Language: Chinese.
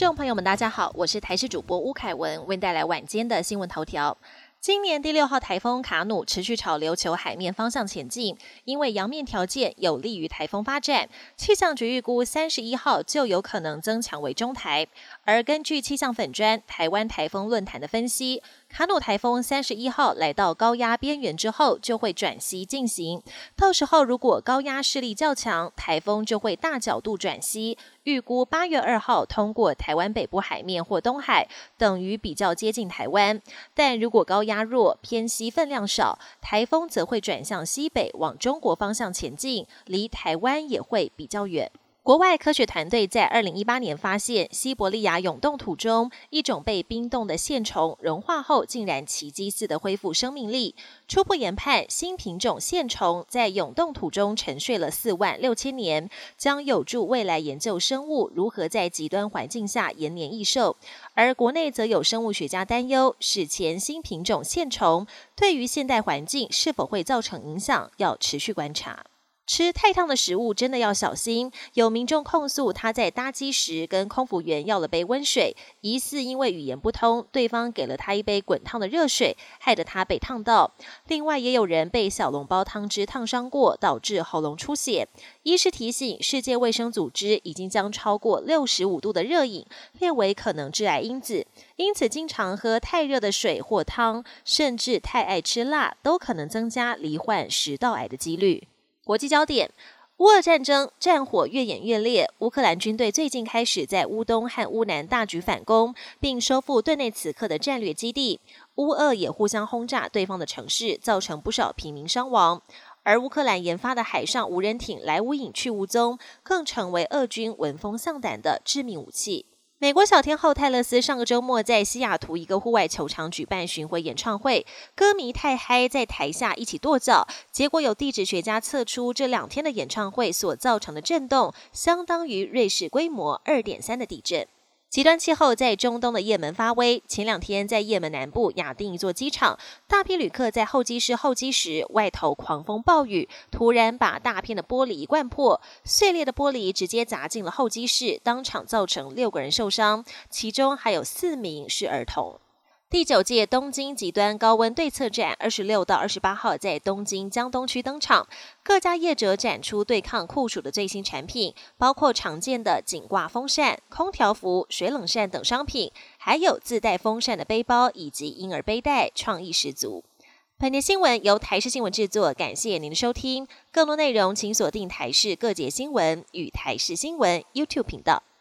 众朋友们，大家好，我是台视主播吴凯文，为您带来晚间的新闻头条。今年第6号台风卡努持续朝琉球海面方向前进，因为洋面条件有利于台风发展，气象局预估31号就有可能增强为中台。而根据气象粉专台湾台风论坛的分析，卡努台风31号来到高压边缘之后，就会转西进行。到时候如果高压势力较强，台风就会大角度转西。预估8月2号通过台湾北部海面或东海，等于比较接近台湾。但如果高压弱，偏西分量少，台风则会转向西北往中国方向前进，离台湾也会比较远。国外科学团队在2018年发现，西伯利亚永冻土中一种被冰冻的线虫融化后，竟然奇迹似的恢复生命力。初步研判，新品种线虫在永冻土中沉睡了46000年，将有助未来研究生物如何在极端环境下延年益寿。而国内则有生物学家担忧，史前新品种线虫对于现代环境是否会造成影响，要持续观察。吃太烫的食物真的要小心，有民众控诉他在搭机时跟空服员要了杯温水，疑似因为语言不通，对方给了他一杯滚烫的热水，害得他被烫到。另外也有人被小笼包汤汁烫伤过，导致喉咙出血。医师提醒，世界卫生组织已经将超过65度的热饮列为可能致癌因子，因此经常喝太热的水或汤，甚至太爱吃辣，都可能增加罹患食道癌的几率。国际焦点，乌俄战争战火越演越烈，乌克兰军队最近开始在乌东和乌南大举反攻，并收复顿内茨克的战略基地。乌俄也互相轰炸对方的城市，造成不少平民伤亡。而乌克兰研发的海上无人艇莱芜隐去无踪，更成为俄军闻风丧胆的致命武器。美国小天后泰勒斯上个周末在西雅图一个户外球场举办巡回演唱会，歌迷太嗨，在台下一起跺脚，结果有地质学家测出这2天的演唱会所造成的震动，相当于瑞士规模2.3的地震。极端气候在中东的也门发威，前2天在也门南部亚丁一座机场，大批旅客在候机室候机时，外头狂风暴雨，突然把大片的玻璃灌破，碎裂的玻璃直接砸进了候机室，当场造成6个人受伤，其中还有4名是儿童。第9届东京极端高温对策展26到28号在东京江东区登场，各家业者展出对抗酷暑的最新产品，包括常见的颈挂风扇、空调服、水冷扇等商品，还有自带风扇的背包以及婴儿背带，创意十足。本节新闻由台视新闻制作，感谢您的收听。更多内容请锁定台视各节新闻与台视新闻 YouTube 频道。